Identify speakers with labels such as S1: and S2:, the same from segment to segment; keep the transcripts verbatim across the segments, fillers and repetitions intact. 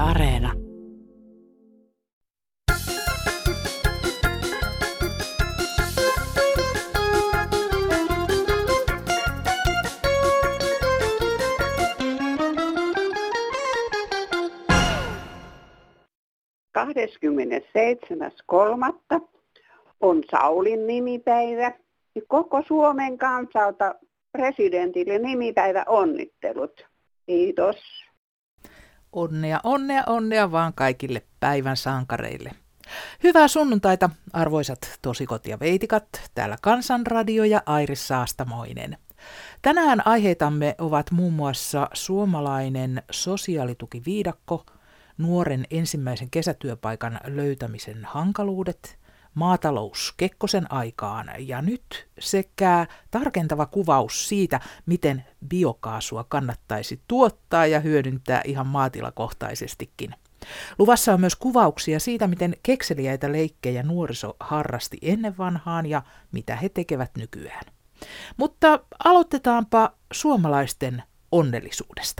S1: Areena.
S2: kahdeskymmenesseitsemäs kolmatta on Saulin nimipäivä. Koko Suomen kansalta presidentille nimipäivä onnittelut. Kiitos.
S3: Onnea, onnea, onnea vaan kaikille päivän sankareille. Hyvää sunnuntaita, arvoisat tosikot ja veitikat, täällä Kansanradio ja Airis Saastamoinen. Tänään aiheitamme ovat muun muassa suomalainen sosiaalitukiviidakko, nuoren ensimmäisen kesätyöpaikan löytämisen hankaluudet, maatalous Kekkosen aikaan ja nyt sekä tarkentava kuvaus siitä, miten biokaasua kannattaisi tuottaa ja hyödyntää ihan maatilakohtaisestikin. Luvassa on myös kuvauksia siitä, miten kekseliäitä leikkejä nuoriso harrasti ennen vanhaan ja mitä he tekevät nykyään. Mutta aloitetaanpa suomalaisten onnellisuudesta.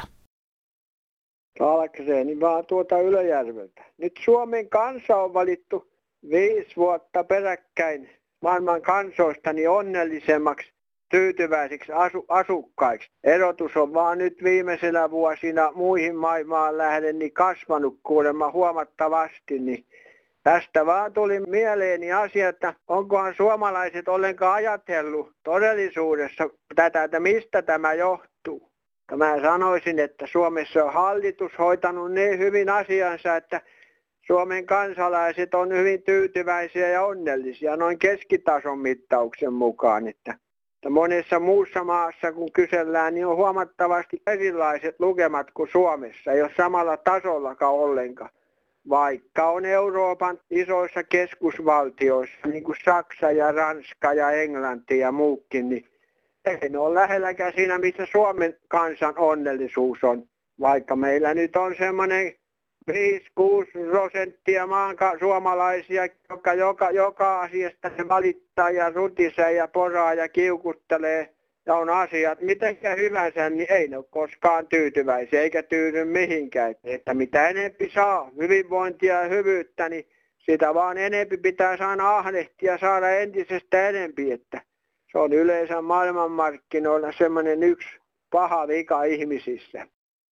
S4: Alkseni vaan tuota Ylöjärveltä. Nyt Suomen kansa on valittu viisi vuotta peräkkäin maailman kansoistani onnellisemmaksi, tyytyväisiksi asu- asukkaiksi. Erotus on vaan nyt viimeisenä vuosina muihin maailmaan lähden niin kasvanut kuulemma huomattavasti. Niin tästä vaan tuli mieleeni asia, että onkohan suomalaiset ollenkaan ajatellut todellisuudessa tätä, että mistä tämä johtuu. Mä sanoisin, että Suomessa on hallitus hoitanut niin hyvin asiansa, että Suomen kansalaiset on hyvin tyytyväisiä ja onnellisia noin keskitason mittauksen mukaan. Että, että monessa muussa maassa kun kysellään, niin on huomattavasti erilaiset lukemat kuin Suomessa. Ei ole samalla tasollakaan ollenkaan. Vaikka on Euroopan isoissa keskusvaltioissa, niin kuin Saksa ja Ranska ja Englanti ja muukin, niin ei ne ole lähelläkään siinä, missä Suomen kansan onnellisuus on. Vaikka meillä nyt on semmoinen viisi kuusi prosenttia maan suomalaisia, joka joka, joka asiasta ne valittaa ja rutisee ja poraa ja kiukuttelee. Ja on asiat mitenkä hyvänsä, niin ei ne ole koskaan tyytyväisiä eikä tyydy mihinkään. Että mitä enempi saa hyvinvointia ja hyvyyttä, niin sitä vaan enempi pitää saada ahdehtia ja saada entisestä enempi. Että se on yleensä maailmanmarkkinoilla semmoinen yksi paha vika ihmisissä.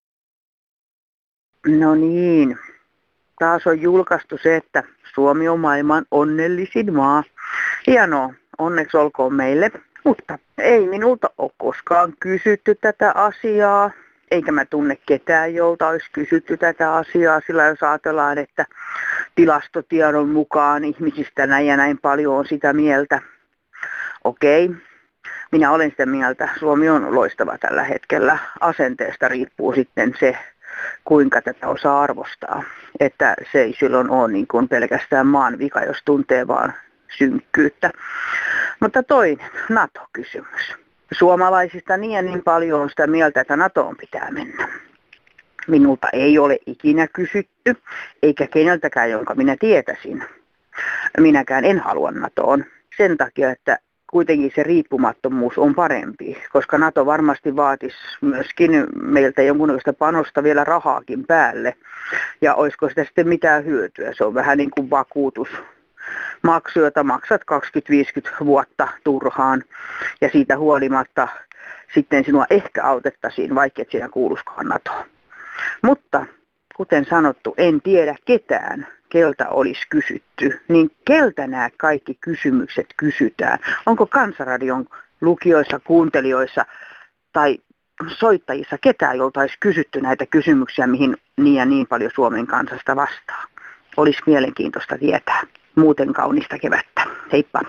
S5: No niin, taas on julkaistu se, että Suomi on maailman onnellisin maa. Hienoa, onneksi olkoon meille. Mutta ei minulta ole koskaan kysytty tätä asiaa, eikä mä tunne ketään, jolta olisi kysytty tätä asiaa. Sillä jos ajatellaan, että tilastotiedon mukaan ihmisistä näin ja näin paljon on sitä mieltä. Okei, minä olen sitä mieltä. Suomi on loistava tällä hetkellä. Asenteesta riippuu sitten se, kuinka tätä osaa arvostaa. Että se ei silloin ole niin kuin pelkästään maan vika, jos tuntee vaan synkkyyttä. Mutta toinen, NATO-kysymys. Suomalaisista niin ja niin paljon on sitä mieltä, että NATOon pitää mennä. Minulta ei ole ikinä kysytty, eikä keneltäkään, jonka minä tietäisin. Minäkään en halua NATOon sen takia, että kuitenkin se riippumattomuus on parempi, koska NATO varmasti vaatisi myöskin meiltä jonkunlaista panosta vielä rahaakin päälle. Ja olisiko sitä sitten mitään hyötyä? Se on vähän niin kuin vakuutusmaksu, jota maksat kaksikymmentä viisikymmentä vuotta turhaan. Ja siitä huolimatta sitten sinua ehkä autettaisiin, vaikka et sinä kuuluskaan NATOon. Mutta kuten sanottu, en tiedä ketään, keltä olisi kysytty, niin keltä nämä kaikki kysymykset kysytään? Onko Kansanradion lukijoissa, kuuntelijoissa tai soittajissa ketään, jolta olisi kysytty näitä kysymyksiä, mihin niin ja niin paljon Suomen kansasta vastaa? Olisi mielenkiintoista tietää. Muuten kaunista kevättä. Heippa!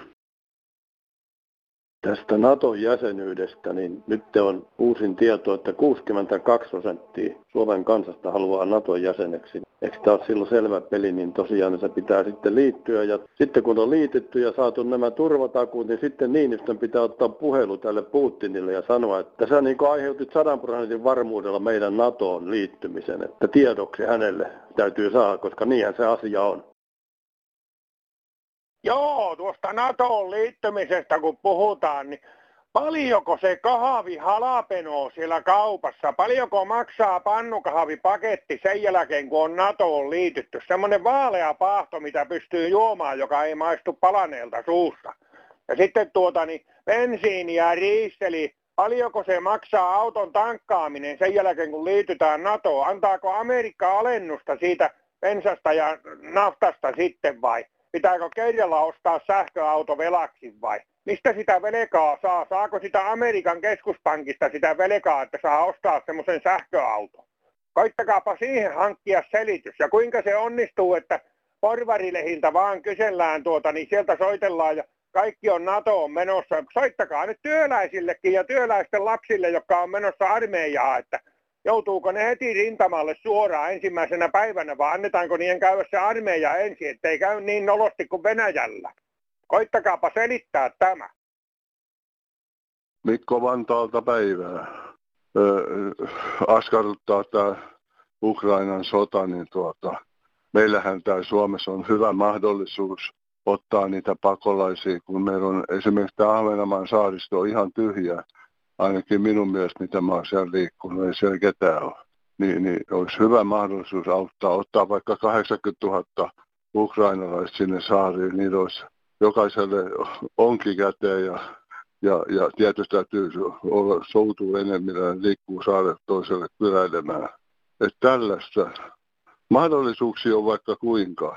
S6: Tästä NATOn jäsenyydestä, niin nyt on uusin tieto, että kuusikymmentäkaksi prosenttia Suomen kansasta haluaa NATOn jäseneksi. Eikö tämä ole silloin selvä peli, niin tosiaan se pitää sitten liittyä. Ja sitten kun on liitytty ja saatu nämä turvatakuut, niin sitten Niinistön pitää ottaa puhelu tälle Putinille ja sanoa, että sä niin aiheutit sadan prosentin varmuudella meidän NATOon liittymisen. Että tiedoksi hänelle täytyy saada, koska niinhän se asia on.
S7: Joo, tuosta NATOon liittymisestä kun puhutaan, niin
S1: paljonko se kahvi halapenoo siellä kaupassa, paljonko maksaa pannukahvipaketti sen jälkeen, kun on NATOon liitytty. Semmoinen vaalea paahto, mitä pystyy juomaan, joka ei maistu palaneelta suusta. Ja sitten tuota, niin bensiini ja riisteli, paljonko se maksaa auton tankkaaminen sen jälkeen, kun liitytään NATOon. Antaako Amerikka alennusta siitä bensasta ja naftasta sitten vai? Pitääkö kerralla ostaa sähköauto velaksi vai? Mistä sitä velkaa saa? Saako sitä Amerikan keskuspankista sitä velkaa, että saa ostaa semmoisen sähköauton? Koittakaapa siihen hankkia selitys. Ja kuinka se onnistuu, että porvarilehiltä vaan kysellään tuota, niin sieltä soitellaan ja kaikki on NATOon menossa. Soittakaa nyt työläisillekin ja työläisten lapsille, jotka on menossa armeijaa, että joutuuko ne heti rintamalle suoraan ensimmäisenä päivänä, vai annetaanko niiden käydä se armeija ensin, ettei käy niin nolosti kuin Venäjällä. Koittakaapa selittää tämä.
S7: Mikko Vantaalta päivää. Öö, askarruttaa tämä Ukrainan sota, niin tuota, meillähän täällä Suomessa on hyvä mahdollisuus ottaa niitä pakolaisia, kun meillä on esimerkiksi tämä Ahvenanmaan saaristo on ihan tyhjä. Ainakin minun mielestä, mitä mä oon siellä liikkunut, ei siellä ketään ole. Niin, niin olisi hyvä mahdollisuus auttaa, ottaa vaikka kahdeksankymmentätuhatta ukrainalaista sinne saariin, niin olisi jokaiselle onkin käteen ja, ja, ja tietysti täytyy olla soutuu enemmän, liikkuu saarelle toiselle kyläilemään. Että tällaista mahdollisuuksia on vaikka kuinka.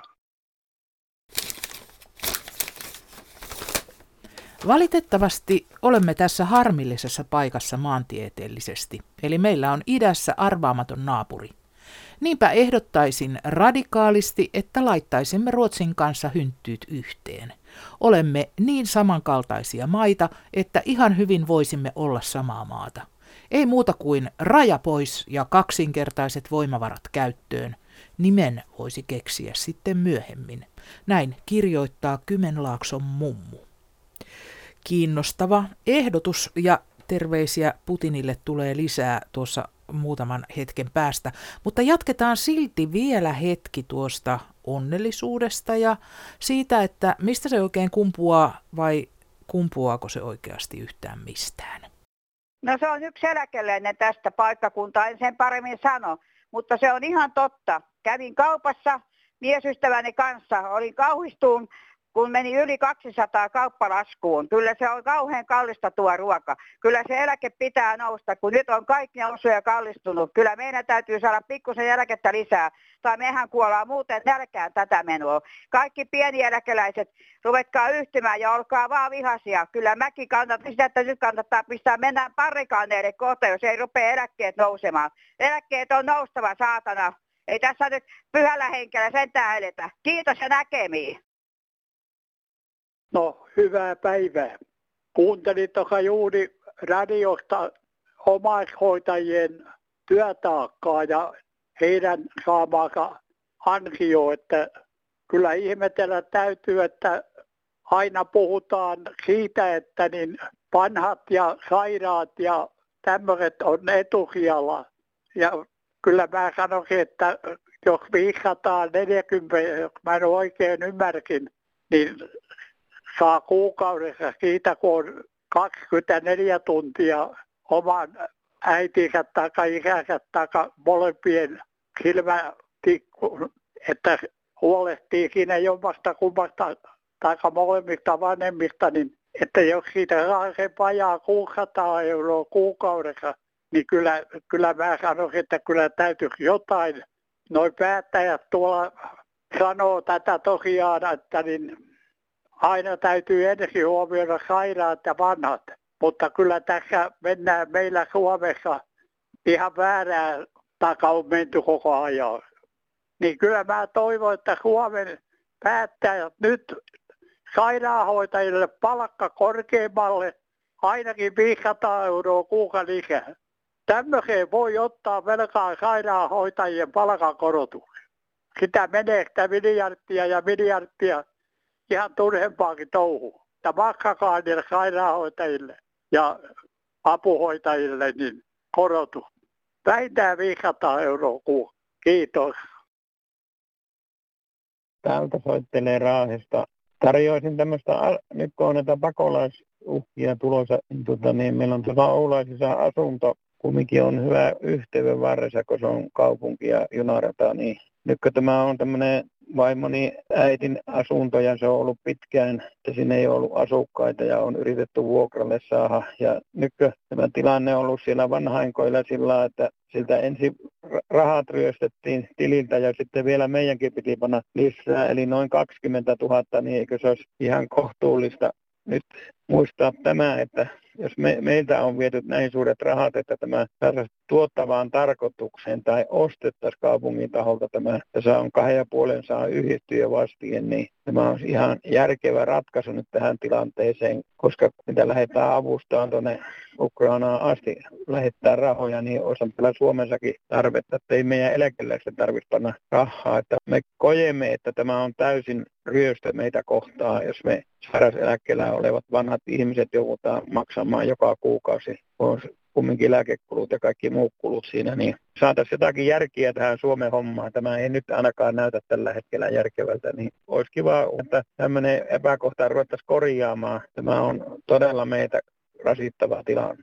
S3: Valitettavasti olemme tässä harmillisessa paikassa maantieteellisesti, eli meillä on idässä arvaamaton naapuri. Niinpä ehdottaisin radikaalisti, että laittaisimme Ruotsin kanssa hynttyyt yhteen. Olemme niin samankaltaisia maita, että ihan hyvin voisimme olla samaa maata. Ei muuta kuin raja pois ja kaksinkertaiset voimavarat käyttöön. Nimen voisi keksiä sitten myöhemmin. Näin kirjoittaa Kymenlaakson mummu. Kiinnostava ehdotus ja terveisiä Putinille tulee lisää tuossa muutaman hetken päästä, mutta jatketaan silti vielä hetki tuosta onnellisuudesta ja siitä, että mistä se oikein kumpuaa vai kumpuaako se oikeasti yhtään mistään.
S2: No se on yksi eläkeläinen tästä paikkakuntaa, en sen paremmin sano, mutta se on ihan totta. Kävin kaupassa miesystäväni kanssa, olin kauhistuun, kun meni yli kaksisataa kauppalaskuun. Kyllä se on kauhean kallista tuo ruoka. Kyllä se eläke pitää nousta, kun nyt on kaikki noussut ja kallistunut. Kyllä meidän täytyy saada pikkusen eläkettä lisää, tai mehän kuollaan muuten nälkään tätä menoa. Kaikki pienieläkeläiset, ruvetkaa yhtymään ja olkaa vaan vihaisia. Kyllä mäkin kannatan sitä, että nyt kannattaa pistää, mennään parikaaneille kohta, jos ei rupea eläkkeet nousemaan. Eläkkeet on noustava, saatana. Ei tässä nyt pyhällä henkellä sentään eletä. Kiitos ja näkemiin.
S8: No, hyvää päivää. Kuuntelin tuossa juuri radiosta omaishoitajien työtaakkaa ja heidän saamaansa ansio, että kyllä ihmetellä täytyy, että aina puhutaan siitä, että niin vanhat ja sairaat ja tämmöiset on etusijalla. Ja kyllä mä sanoisin, että jos viisisataaneljäkymmentä, jos mä en oikein ymmärsin, niin saa kuukaudessa siitä, kun on kaksikymmentäneljä tuntia oman äitinsä tai isänsä tai molempien silmätikkuun, että huolehtii siinä jommasta kummasta tai molemmista vanhemmista, niin että jos siitä saa se vajaa kuusisataa euroa kuukaudessa, niin kyllä, kyllä mä sanoisin, että kyllä täytyisi jotain. Noi päättäjät tuolla sanoo tätä tosiaan, että niin aina täytyy ensin huomioida sairaat ja vanhat, mutta kyllä tässä mennään meillä Suomessa ihan väärään takaa on menty koko ajan. Niin kyllä mä toivon, että Suomen päättäjät nyt sairaanhoitajille palkka korkeammalle ainakin viisisataa euroa kuukauden lisää. Tämmöiseen voi ottaa velkaa sairaanhoitajien palkankorotuksen. Sitä menee sitä miljardia ja miljardia ihan turhempaakin touhua. Ja maksakaa niille sairaanhoitajille ja apuhoitajille niin korotus. Vähintään viisisataa euroa kuukauden. Kiitos.
S9: Täältä soittelee Raahesta. Tarjoisin tämmöistä, nyt kun on näitä pakolais, uhkia tulossa. Tota, niin meillä on tuossa Oulaisissa asunto, kumminkin on hyvä yhteyden varressa, kun se on kaupunki ja junarata. Niin nyt kun tämä on tämmöinen vaimoni äitin asunto ja se on ollut pitkään, että siinä ei ollut asukkaita ja on yritetty vuokralle saada. Ja nyt tämä tilanne on ollut siellä vanhainkoilla sillä, että siltä ensin rahat ryöstettiin tililtä ja sitten vielä meidänkin piti panna lisää, eli noin kaksikymmentätuhatta, niin eikö se olisi ihan kohtuullista nyt muistaa tämä, että jos me, meiltä on viety näin suuret rahat, että tämä saataisiin tuottavaan tarkoitukseen tai ostettaisiin kaupungin taholta tämä, tässä on kahden ja puolen saa yhdistyä vastien, niin tämä on ihan järkevä ratkaisu nyt tähän tilanteeseen, koska mitä lähdetään avustaan tuonne Ukrainaan asti lähettää rahoja, niin olisi täällä Suomessakin tarvetta, että ei meidän eläkeläisten tarvitse panna rahaa, että me kojemme, että tämä on täysin ryöstö meitä kohtaan, jos me sairauseläkkeellä olevat vanhat ihmiset joudutaan maksamaan joka kuukausi, on kumminkin lääkekulut ja kaikki muut kulut siinä, niin saataisiin jotakin järkiä tähän Suomen hommaan. Tämä ei nyt ainakaan näytä tällä hetkellä järkevältä, niin olisi kiva, että tämmöinen epäkohta ruvettaisiin korjaamaan. Tämä on todella meitä rasittava tilanne.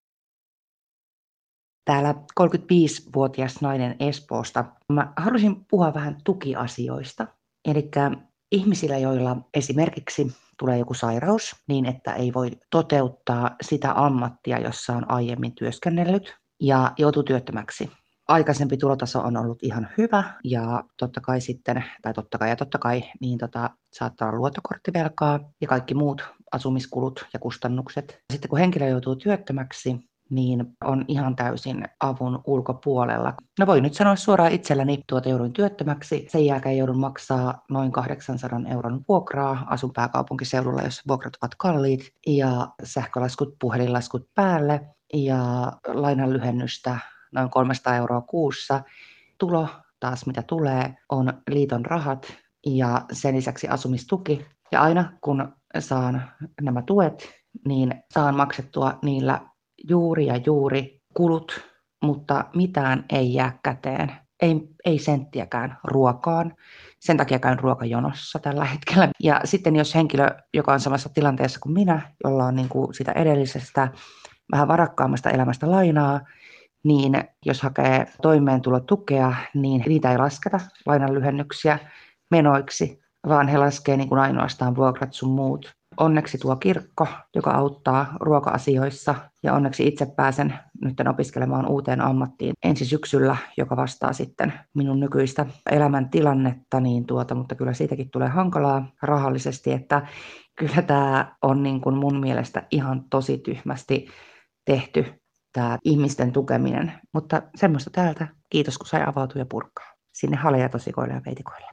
S10: Täällä kolmekymmentäviisivuotias nainen Espoosta. Mä haluaisin puhua vähän tukiasioista. Eli ihmisillä, joilla esimerkiksi tulee joku sairaus niin, että ei voi toteuttaa sitä ammattia, jossa on aiemmin työskennellyt ja joutuu työttömäksi. Aikaisempi tulotaso on ollut ihan hyvä ja totta kai sitten, tai totta kai ja totta kai, niin tota, saattaa olla luottokorttivelkaa ja kaikki muut asumiskulut ja kustannukset. Sitten kun henkilö joutuu työttömäksi, niin on ihan täysin avun ulkopuolella. No voin nyt sanoa suoraan itselläni, tuota jouduin työttömäksi. Sen jälkeen joudun maksaa noin kahdeksansadan euron vuokraa. Asun pääkaupunkiseudulla, jossa vuokrat ovat kalliit. Ja sähkölaskut, puhelinlaskut päälle. Ja lainan lyhennystä noin kolmesataa euroa kuussa. Tulo taas mitä tulee on liiton rahat ja sen lisäksi asumistuki. Ja aina kun saan nämä tuet, niin saan maksettua niillä juuri ja juuri kulut, mutta mitään ei jää käteen. Ei, ei senttiäkään ruokaan. Sen takia käyn ruokajonossa tällä hetkellä. Ja sitten jos henkilö, joka on samassa tilanteessa kuin minä, jolla on niin kuin sitä edellisestä vähän varakkaammasta elämästä lainaa, niin jos hakee toimeentulotukea, niin niitä ei lasketa lainanlyhennyksiä menoiksi, vaan he laskee niin kuin ainoastaan vuokrat sun muut. Onneksi tuo kirkko, joka auttaa ruoka-asioissa, ja onneksi itse pääsen nyt opiskelemaan uuteen ammattiin ensi syksyllä, joka vastaa sitten minun nykyistä elämäntilannetta, niin tuota, mutta kyllä siitäkin tulee hankalaa rahallisesti, että kyllä tämä on niin kuin mun mielestä ihan tosi tyhmästi tehty tämä ihmisten tukeminen, mutta semmoista täältä. Kiitos kun sai avautua ja purkaa sinne halejatosikoille ja veitikoille.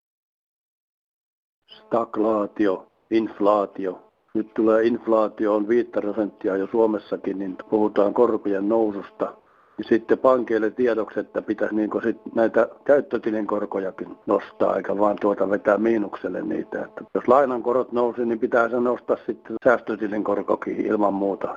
S6: Staglaatio. Inflaatio. Nyt tulee inflaatio on viisi prosenttia jo Suomessakin, niin puhutaan korkojen noususta. Ja sitten pankeille tiedoksi, että pitäisi niin sit näitä käyttötilin korkojakin nostaa, eikä vaan tuota vetää miinukselle niitä. Että jos lainan korot nousi, niin pitää se nostaa sitten säästötilin korkokin ilman muuta.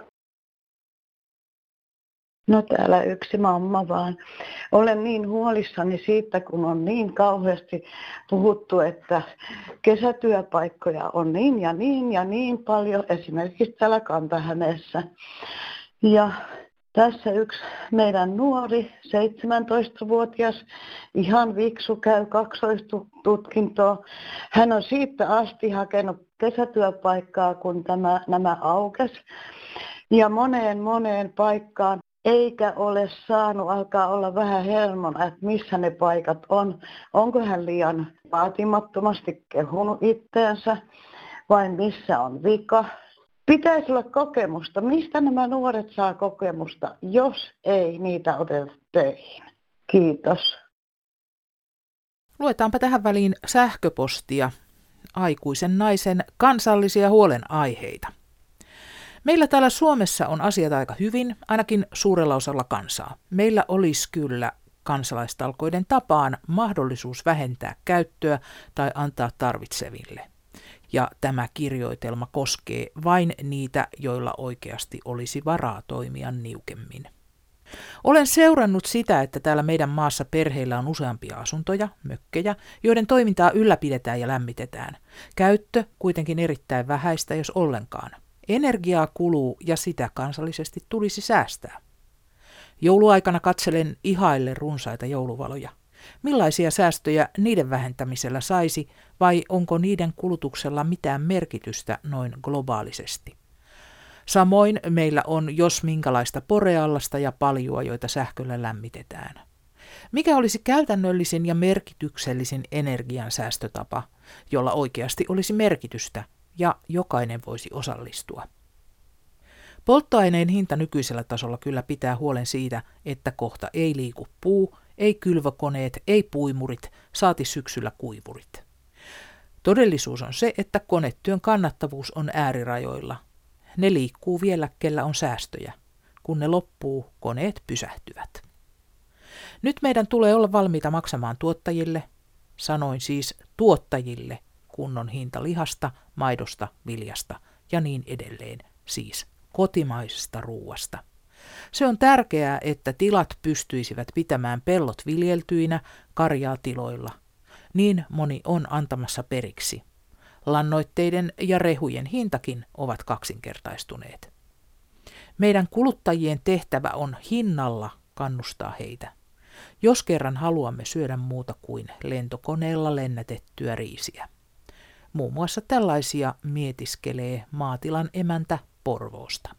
S11: No täällä yksi mamma vaan. Olen niin huolissani siitä, kun on niin kauheasti puhuttu, että kesätyöpaikkoja on niin ja niin ja niin paljon, esimerkiksi täällä Kanta-Hämeessä. Ja tässä yksi meidän nuori, seitsemäntoistavuotias, ihan viksu, käy kaksoistutkintoa. Hän on siitä asti hakenut kesätyöpaikkaa, kun tämä, nämä aukesi. Ja moneen moneen paikkaan. Eikä ole saanut, alkaa olla vähän helmona, että missä ne paikat on. Onko hän liian vaatimattomasti kehunut itteensä vai missä on vika? Pitäisi olla kokemusta. Mistä nämä nuoret saa kokemusta, jos ei niitä oteta töihin? Kiitos.
S3: Luetaanpa tähän väliin sähköpostia, aikuisen naisen kansallisia huolenaiheita. Meillä täällä Suomessa on asiat aika hyvin, ainakin suurella osalla kansaa. Meillä olisi kyllä kansalaistalkoiden tapaan mahdollisuus vähentää käyttöä tai antaa tarvitseville. Ja tämä kirjoitelma koskee vain niitä, joilla oikeasti olisi varaa toimia niukemmin. Olen seurannut sitä, että täällä meidän maassa perheillä on useampia asuntoja, mökkejä, joiden toimintaa ylläpidetään ja lämmitetään. Käyttö kuitenkin erittäin vähäistä, jos ollenkaan. Energiaa kuluu ja sitä kansallisesti tulisi säästää. Jouluaikana katselen ihaille runsaita jouluvaloja. Millaisia säästöjä niiden vähentämisellä saisi vai onko niiden kulutuksella mitään merkitystä noin globaalisesti? Samoin meillä on jos minkälaista poreallasta ja paljua, joita sähköllä lämmitetään. Mikä olisi käytännöllisin ja merkityksellisin energiansäästötapa, jolla oikeasti olisi merkitystä ja jokainen voisi osallistua? Polttoaineen hinta nykyisellä tasolla kyllä pitää huolen siitä, että kohta ei liiku puu, ei kylvökoneet, ei puimurit, saati syksyllä kuivurit. Todellisuus on se, että konetyön kannattavuus on äärirajoilla. Ne liikkuu vielä, kellä on säästöjä. Kun ne loppuu, koneet pysähtyvät. Nyt meidän tulee olla valmiita maksamaan tuottajille, sanoin siis tuottajille, kunnon hinta lihasta, maidosta, viljasta ja niin edelleen, siis kotimaisesta ruuasta. Se on tärkeää, että tilat pystyisivät pitämään pellot viljeltyinä, karjaa tiloilla. Niin moni on antamassa periksi. Lannoitteiden ja rehujen hintakin ovat kaksinkertaistuneet. Meidän kuluttajien tehtävä on hinnalla kannustaa heitä, jos kerran haluamme syödä muuta kuin lentokoneella lennätettyä riisiä. Muun muassa tällaisia mietiskelee maatilan emäntä Porvoosta.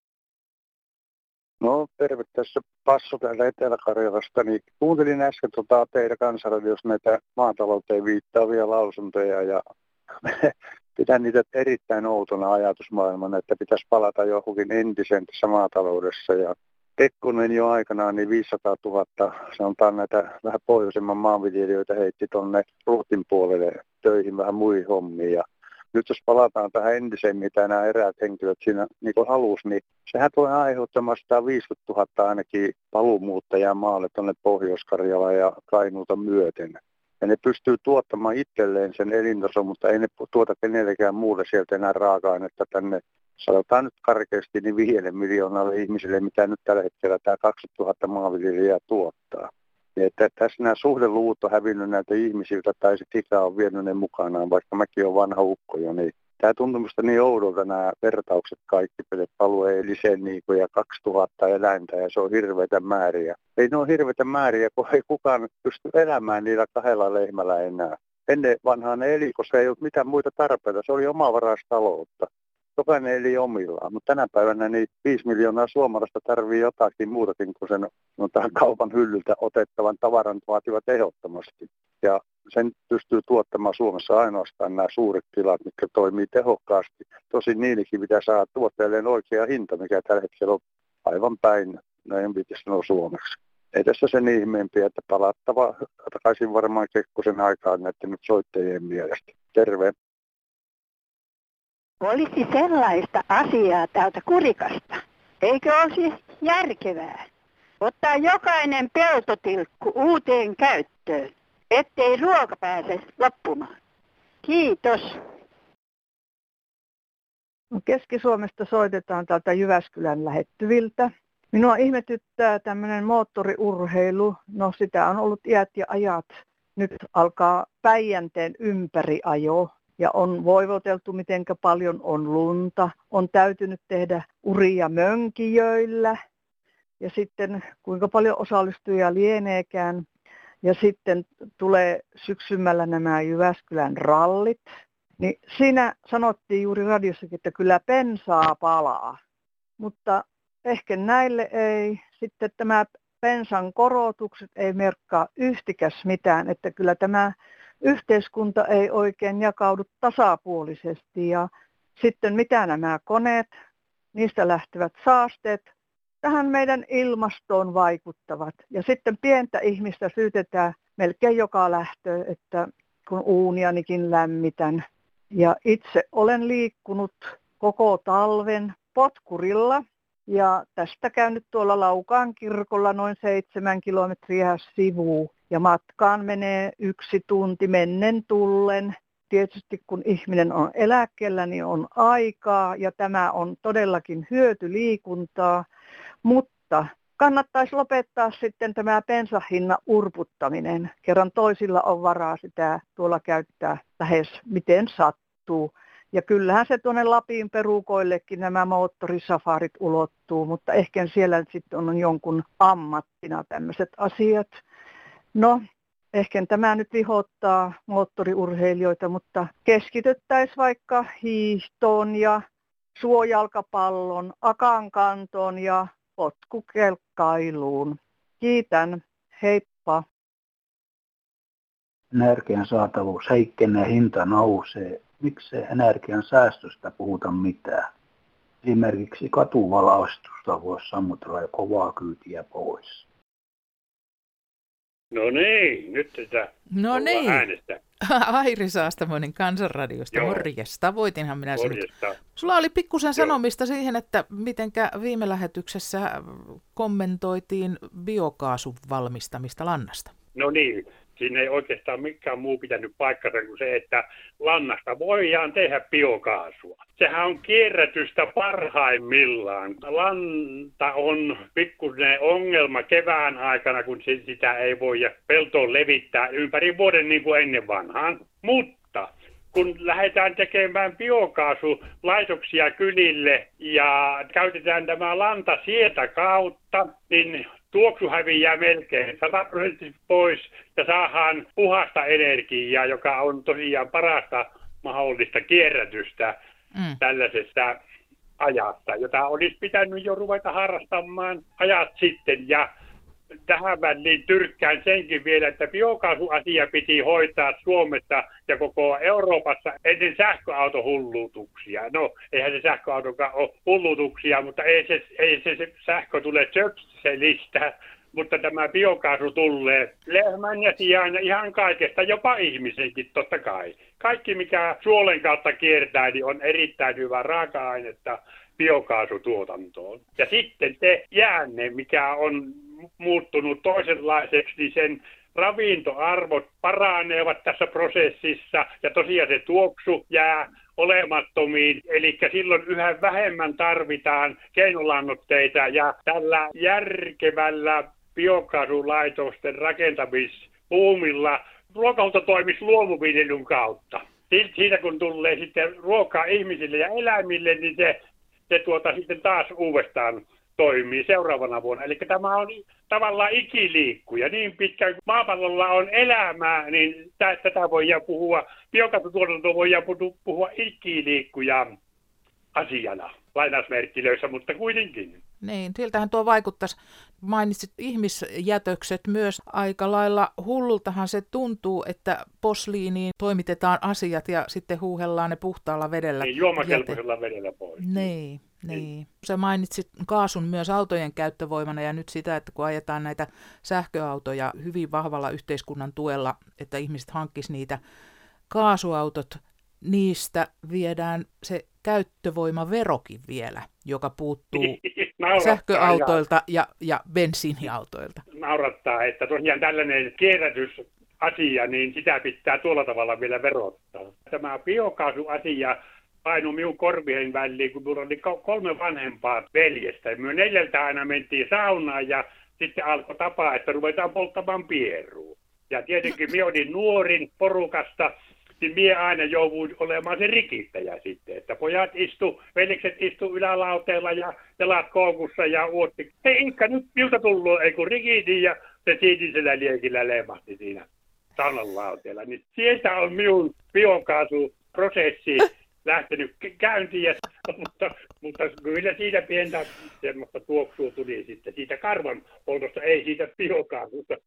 S12: No terve, tässä Passu täältä Etelä-Karjalasta. Niin kuuntelin äsken tota teidän Kansanradiossa näitä maatalouteen viittaavia lausuntoja ja pidän niitä erittäin outona ajatusmaailmana, että pitäisi palata johonkin entiseen tässä maataloudessa. Ja Kekkonen jo aikanaan niin viisisataatuhatta, sanotaan näitä vähän pohjoisemman maanviljelijöitä heitti tuonne Ruotin puolelle töihin vähän muihin hommiin. Ja nyt jos palataan tähän entiseen, mitä nämä eräät henkilöt siinä niin halusi, niin sehän tulee aiheuttamaan sata viisikymmentätuhatta ainakin paluumuuttajaa maalle tuonne Pohjois-Karjalaan ja Kainuuta myöten. Ja ne pystyy tuottamaan itselleen sen elintason, mutta ei ne tuota kenellekään muulle sieltä enää raaka-ainetta tänne. Sanotaan nyt karkeasti niin viidelle miljoonalle ihmisille, mitä nyt tällä hetkellä tämä kaksikymmentätuhatta maanviljelijää tuottaa. Ja että tässä nämä suhdeluvut on hävinnyt näiltä ihmisiltä tai sitten ikä on vienyt ne mukanaan, vaikka mäkin olen vanha ukko jo. Niin tämä tuntuu minusta niin oudolta nämä vertaukset kaikki, alueelliseen niin ja kaksituhatta eläintä ja se on hirveitä määriä. Ei ne ole hirveitä määriä, kun ei kukaan pysty elämään niillä kahdella lehmällä enää. Ennen vanhaa ne eli, koska ei ollut mitään muita tarpeita, se oli omavaraistaloutta. Jokainen eli omillaan, mutta tänä päivänä niin viisi miljoonaa suomalaista tarvii jotakin muutakin kuin sen no, tähän kaupan hyllyltä otettavan tavaran vaativat ehdottomasti. Ja sen pystyy tuottamaan Suomessa ainoastaan nämä suuret tilat, mitkä toimii tehokkaasti. Tosin niillekin pitää saada tuotteelleen oikea hinta, mikä tällä hetkellä on aivan päin, näin pitäisi sanoa suomeksi. Ei tässä sen ihmeempiä, että palattava takaisin varmaan Kekkosen aikaan näiden nyt soittajien mielestä. Terve!
S13: Olisi sellaista asiaa täältä Kurikasta. Eikö olisi järkevää ottaa jokainen peltotilkku uuteen käyttöön, ettei ruoka pääse loppumaan? Kiitos.
S14: Keski-Suomesta soitetaan täältä Jyväskylän lähettyviltä. Minua ihmetyttää tämmöinen moottoriurheilu. No sitä on ollut iät ja ajat. Nyt alkaa Päijänteen ympäriajo. Ja on voivoteltu, miten paljon on lunta. On täytynyt tehdä uria Mönkijöillä. Ja sitten kuinka paljon osallistujia lieneekään. Ja sitten tulee syksymällä nämä Jyväskylän rallit. Niin siinä sanottiin juuri radiossakin, että kyllä pensaa palaa. Mutta ehkä näille ei. Sitten tämä pensan korotukset ei merkkaa yhtikäs mitään. Että kyllä tämä yhteiskunta ei oikein jakaudu tasapuolisesti ja sitten mitä nämä koneet, niistä lähtevät saasteet, tähän meidän ilmastoon vaikuttavat. Ja sitten pientä ihmistä syytetään melkein joka lähtöön, että kun uunianikin lämmitän. Ja itse olen liikkunut koko talven potkurilla ja tästä käynyt tuolla Laukaan kirkolla noin seitsemän kilometriä sivuun. Ja matkaan menee yksi tunti mennen tullen. Tietysti kun ihminen on eläkkeellä, niin on aikaa ja tämä on todellakin hyötyliikuntaa. Mutta kannattaisi lopettaa sitten tämä bensahinnan urputtaminen. Kerran toisilla on varaa sitä tuolla käyttää lähes miten sattuu. Ja kyllähän se tuonne Lapin perukoillekin nämä moottorisafarit ulottuu, mutta ehkä siellä sitten on jonkun ammattina tämmöiset asiat. No, ehkä tämä nyt vihottaa moottoriurheilijoita, mutta keskityttäisiin vaikka hiihtoon ja suojalkapallon, akankantoon ja potkukelkkailuun. Kiitän. Heippa.
S15: Energian saatavuus heikkenee, hinta nousee. Miksei energian säästöstä puhuta mitään? Esimerkiksi katuvalaistusta voisi sammutella jo kovaa kyytiä pois.
S16: No niin, nyt sitä
S3: no niin.
S16: äänestä.
S3: Airi Saastamoinen Kansanradiosta.
S16: Joo.
S3: Morjes, tavoitinhan minä sinut.
S16: Morjesta.
S3: Sulla oli pikkusen
S16: Joo.
S3: sanomista siihen, että mitenkä viime lähetyksessä kommentoitiin biokaasun valmistamista lannasta.
S16: No niin, siinä ei oikeastaan mikään muu pitänyt paikkansa kuin se, että lannasta voidaan tehdä biokaasua. Sehän on kierrätystä parhaimmillaan. Lanta on pikkuinen ongelma kevään aikana, kun sitä ei voi peltoon levittää ympäri vuoden niin kuin ennen vanhaan. Mutta kun lähdetään tekemään biokaasulaitoksia kylille ja käytetään tämä lanta sieltä kautta, niin tuoksu häviää melkein sataprosenttisesti pois ja saadaan puhasta energiaa, joka on tosiaan parasta mahdollista kierrätystä mm. tällaisessa ajassa, jota olisi pitänyt jo ruveta harrastamaan ajat sitten. Ja tähän väliin tyrkkään senkin vielä, että biokaasuasia piti hoitaa Suomessa ja koko Euroopassa ennen sähköautohullutuksia. No, eihän se sähköautokaan ole hullutuksia, mutta ei se, ei se, se sähkö tule Töpselistä, mutta tämä biokaasu tulee lehmän ja sian ja ihan kaikesta, jopa ihmisenkin totta kai. Kaikki, mikä suolen kautta kiertää, niin on erittäin hyvä raaka-ainetta biokaasutuotantoon. Ja sitten se jäänne, mikä on muuttunut toisenlaiseksi, niin sen ravintoarvot paranevat tässä prosessissa ja tosiaan se tuoksu jää olemattomiin. Eli silloin yhä vähemmän tarvitaan keinolannoitteita ja tällä järkevällä biokaasulaitosten rakentamispuumilla ruokahuolto toimisi luomuviljelyn kautta. Siitä kun tulee sitten ruokaa ihmisille ja eläimille, niin se, se tuota sitten taas uudestaan toimii seuraavana vuonna. Eli tämä on tavallaan ikiliikkuja. Niin pitkään kuin maapallolla on elämää, niin tätä voidaan puhua, biokaasutuotanto voidaan puhua ikiliikkuja asiana lainausmerkkilöissä, mutta kuitenkin.
S3: Niin, siltähän tuo vaikuttaisi. Mainitsit ihmisjätökset myös aika lailla hullultahan se tuntuu, että posliiniin toimitetaan asiat ja sitten huuhellaan ne puhtaalla vedellä.
S16: Niin, juomakelpoisella vedellä pois.
S3: Niin, niin. niin. Sä mainitsit kaasun myös autojen käyttövoimana ja nyt sitä, että kun ajetaan näitä sähköautoja hyvin vahvalla yhteiskunnan tuella, että ihmiset hankkis niitä kaasuautot, niistä viedään se käyttövoimaverokin vielä, joka puuttuu sähköautoilta ja, ja bensiiniautoilta.
S16: Naurattaa, että tosiaan tällainen kierrätysasia, niin sitä pitää tuolla tavalla vielä verottaa. Tämä biokaasuasia painui minun korvien väliin, kun minulla oli kolme vanhempaa veljestä. Me neljältä aina mentiin saunaan ja sitten alkoi tapa, että ruvetaan polttamaan pierua. Ja tietenkin minä olin nuorin porukasta. Niin minä aina jouduin olemaan se rikittäjä sitten, että pojat istu, velikset istu ylälauteella ja jalat koukussa ja uotti. Hei Inkka, nyt minulta tullut, ei kun rikitin ja se sinisellä liekillä lemahti siinä saunan lauteella. Niin sieltä on minun biokaasuprosessi lähtenyt käyntiin, ja, mutta, mutta kyllä siitä pientä semmoista tuoksua tuli sitten siitä karvan poltosta, ei siitä biokaasusta.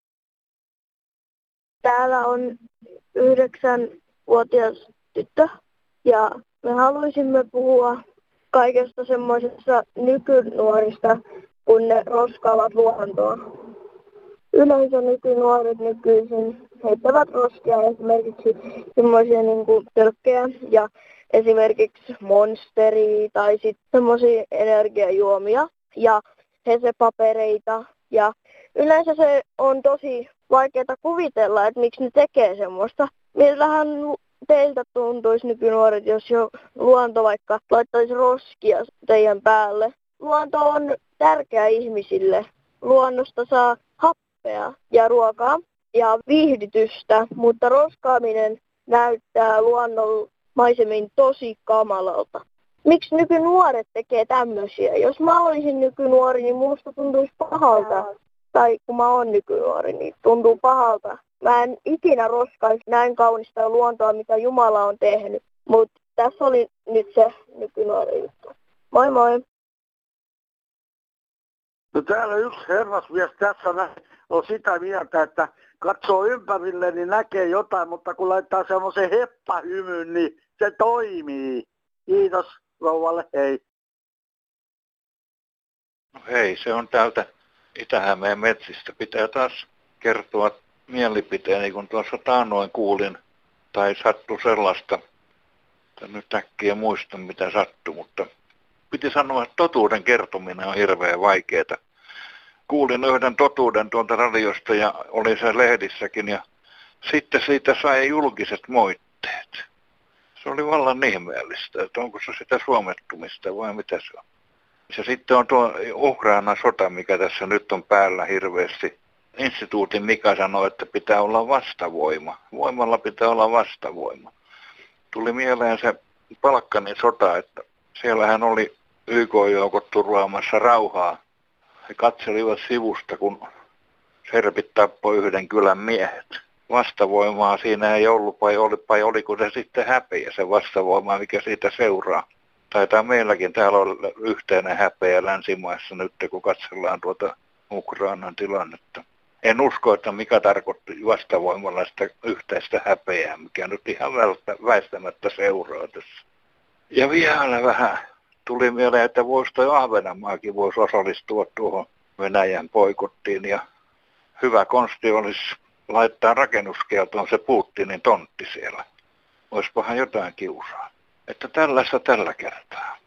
S17: Täällä on yhdeksänvuotias tyttö ja me haluaisimme puhua kaikesta semmoisesta nykynuorista, kun ne roskaavat luontoa. Yleensä nykynuoret nykyisin heittävät roskia esimerkiksi semmoisia niin kuin tölkkejä ja esimerkiksi monsteria tai sitten semmoisia energiajuomia ja hesepapereita ja yleensä se on tosi vaikeaa kuvitella, että miksi ne tekee semmoista. Millähän teiltä tuntuisi nykynuoret, jos jo luonto vaikka laittaisi roskia teidän päälle? Luonto on tärkeä ihmisille. Luonnosta saa happea ja ruokaa ja viihdytystä, mutta roskaaminen näyttää luonnolle maisemiin tosi kamalalta. Miksi nykynuoret tekee tämmöisiä? Jos mä olisin nykynuori, niin musta tuntuisi pahalta. Tai kun mä oon nykynuori, niin tuntuu pahalta. Mä en ikinä roskaisi näin kaunista luontoa, mitä Jumala on tehnyt. Mutta tässä oli nyt se nykynuori juttu. Moi moi!
S18: No täällä yksi herrasmies tässä on sitä mieltä, että katsoo ympärille, niin näkee jotain, mutta kun laittaa semmoisen heppahymyn, niin se toimii. Kiitos rouvalle, hei.
S19: No hei, se on täältä Itä-Hämeen metsistä. Pitää taas kertoa mielipiteeni, kun tuossa taannoin kuulin, tai sattui sellaista, että nyt äkkiä muista mitä sattui, mutta piti sanoa, että totuuden kertominen on hirveän vaikeaa. Kuulin yhden totuuden tuolta radiosta ja oli se lehdissäkin ja sitten siitä sai julkiset moitteet. Se oli vallan ihmeellistä, että onko se sitä suomettumista vai mitä se on. Ja sitten on tuo Ukrainan sota, mikä tässä nyt on päällä hirveästi. Instituutin Mika sanoi, että pitää olla vastavoima. Voimalla pitää olla vastavoima. Tuli mieleen se Balkanin sota, että siellähän oli Y K-joukot turvaamassa rauhaa. He katselivat sivusta, kun serbit tappoi yhden kylän miehet. Vastavoimaa siinä ei ollut, vai, oli, vai oliko se sitten häpeä, se vastavoima, mikä siitä seuraa. Taitaa meilläkin täällä olla yhteinen häpeä länsimaissa nyt, kun katsellaan tuota Ukrainan tilannetta. En usko, että mikä tarkoitti vastavoimalla sitä yhteistä häpeää, mikä nyt ihan väistämättä seuraa tässä. Ja vielä vähän tuli mieleen, että voisi toi Ahvenanmaakin voisi osallistua tuohon Venäjän boikottiin. Ja hyvä konsti olisi laittaa rakennuskieltoon se Putinin tontti siellä. Olisikohan jotain kiusaa. Että tällaista tällä kertaa.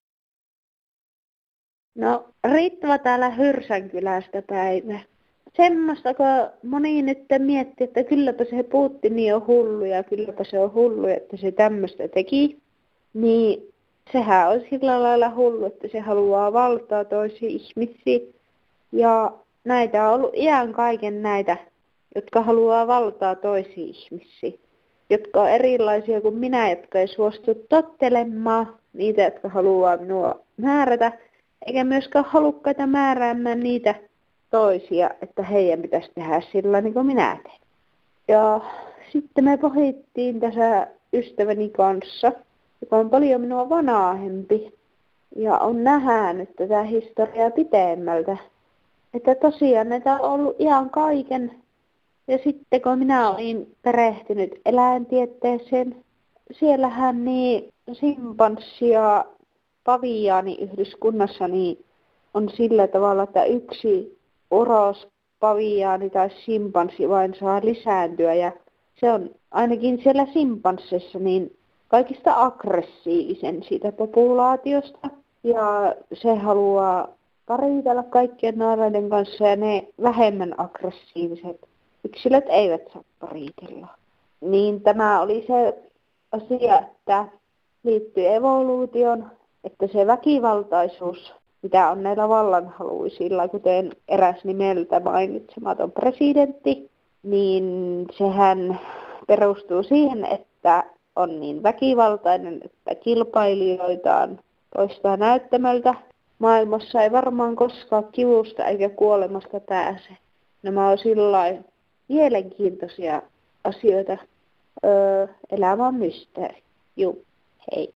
S20: No Riittävä täällä Hyrsänkylästä päivä. Semmoista, kun moni nyt miettii, että kylläpä se Putin on hullu ja kylläpä se on hullu, että se tämmöistä teki. Niin sehän on sillä lailla hullu, että se haluaa valtaa toisia ihmisiä. Ja näitä on ollut iän kaiken näitä, jotka haluaa valtaa toisia ihmisiä. Jotka on erilaisia kuin minä, jotka ei suostu tottelemaan. Niitä, jotka haluaa minua määrätä. Eikä myöskään halukkaita määräämään niitä toisia, että heidän pitäisi tehdä sillä niin kuin minä teen. Ja sitten me pohdittiin tässä ystäväni kanssa, joka on paljon minua vanhempi ja on nähnyt tätä historiaa pitemmältä. Että tosiaan näitä on ollut ihan kaiken. Ja sitten kun minä olin perehtynyt eläintieteeseen, siellähän niin simpanssi ja paviaaniyhdyskunnassa niin on sillä tavalla, että yksi uros paviaani tai simpanssi vain saa lisääntyä. Ja se on ainakin siellä simpanssissa niin kaikista aggressiivisen siitä populaatiosta. Ja se haluaa paritella kaikkien naaraiden kanssa ja ne vähemmän aggressiiviset yksilöt eivät saa paritella. Niin tämä oli se asia, että liittyy evoluution, että se väkivaltaisuus, mitä on näillä vallanhaluisilla, kuten eräs nimeltä mainitsematon presidentti, niin sehän perustuu siihen, että on niin väkivaltainen, että kilpailijoitaan poistaa näyttämöltä. Maailmassa ei varmaan koskaan kivusta eikä kuolemasta pääse. Nämä on sillain mielenkiintoisia asioita. Öö, elämä on mysteeri. Juu, hei.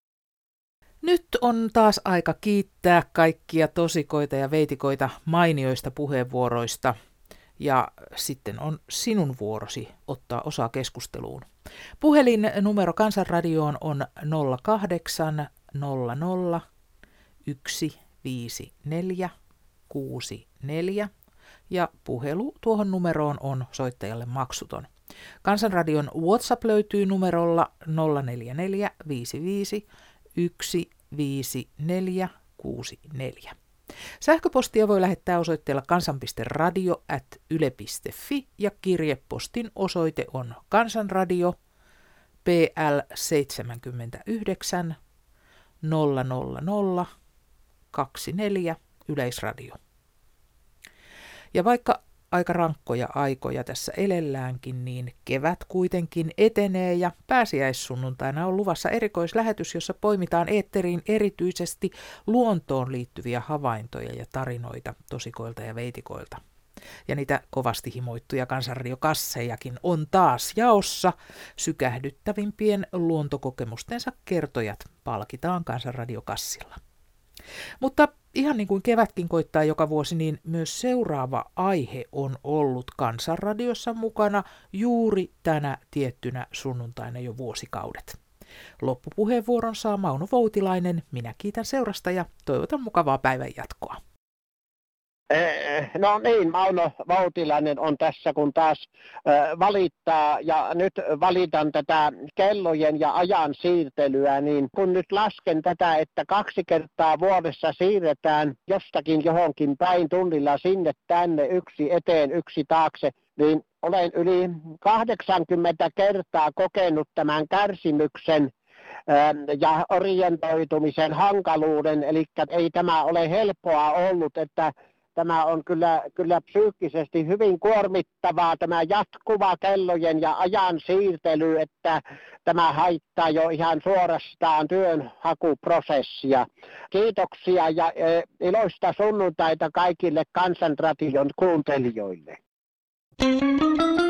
S3: Nyt on taas aika kiittää kaikkia tosikoita ja veitikoita mainioista puheenvuoroista. Ja sitten on sinun vuorosi ottaa osaa keskusteluun. Puhelin numero Kansanradioon on nolla kahdeksan nolla nolla yksi viisi neljä kuusi neljä ja puhelu tuohon numeroon on soittajalle maksuton. Kansanradion WhatsApp löytyy numerolla nolla neljä neljä viisi viisi yksi viisi neljä kuusi neljä. Sähköpostia voi lähettää osoitteella kansan piste radio ät yle piste fi ja kirjepostin osoite on Kansanradio P L seitsemänkymmentäyhdeksän nolla nolla nolla kaksikymmentäneljä Yleisradio. Ja vaikka aika rankkoja aikoja tässä elelläänkin, niin kevät kuitenkin etenee ja pääsiäissunnuntaina on luvassa erikoislähetys, jossa poimitaan eetteriin erityisesti luontoon liittyviä havaintoja ja tarinoita tosikoilta ja veitikoilta. Ja niitä kovasti himoittuja kansanradiokassejakin on taas jaossa. Sykähdyttävimpien luontokokemustensa kertojat palkitaan kansanradiokassilla. Mutta ihan niin kuin kevätkin koittaa joka vuosi, niin myös seuraava aihe on ollut Kansanradiossa mukana juuri tänä tiettynä sunnuntaina jo vuosikaudet. Loppupuheenvuoron saa Mauno Voutilainen. Minä kiitän seurasta ja toivotan mukavaa päivän jatkoa.
S21: No niin, Mauno Voutilainen on tässä, kun taas valittaa ja nyt valitan tätä kellojen ja ajan siirtelyä, niin kun nyt lasken tätä, että kaksi kertaa vuodessa siirretään jostakin johonkin päin tunnilla sinne tänne, yksi eteen, yksi taakse, niin olen yli kahdeksankymmentä kertaa kokenut tämän kärsimyksen ja orientoitumisen hankaluuden, eli ei tämä ole helppoa ollut, että tämä on kyllä, kyllä psyykkisesti hyvin kuormittavaa, tämä jatkuva kellojen ja ajan siirtely, että tämä haittaa jo ihan suorastaan työnhakuprosessia. Kiitoksia ja iloista sunnuntaita kaikille Kansanradion kuuntelijoille.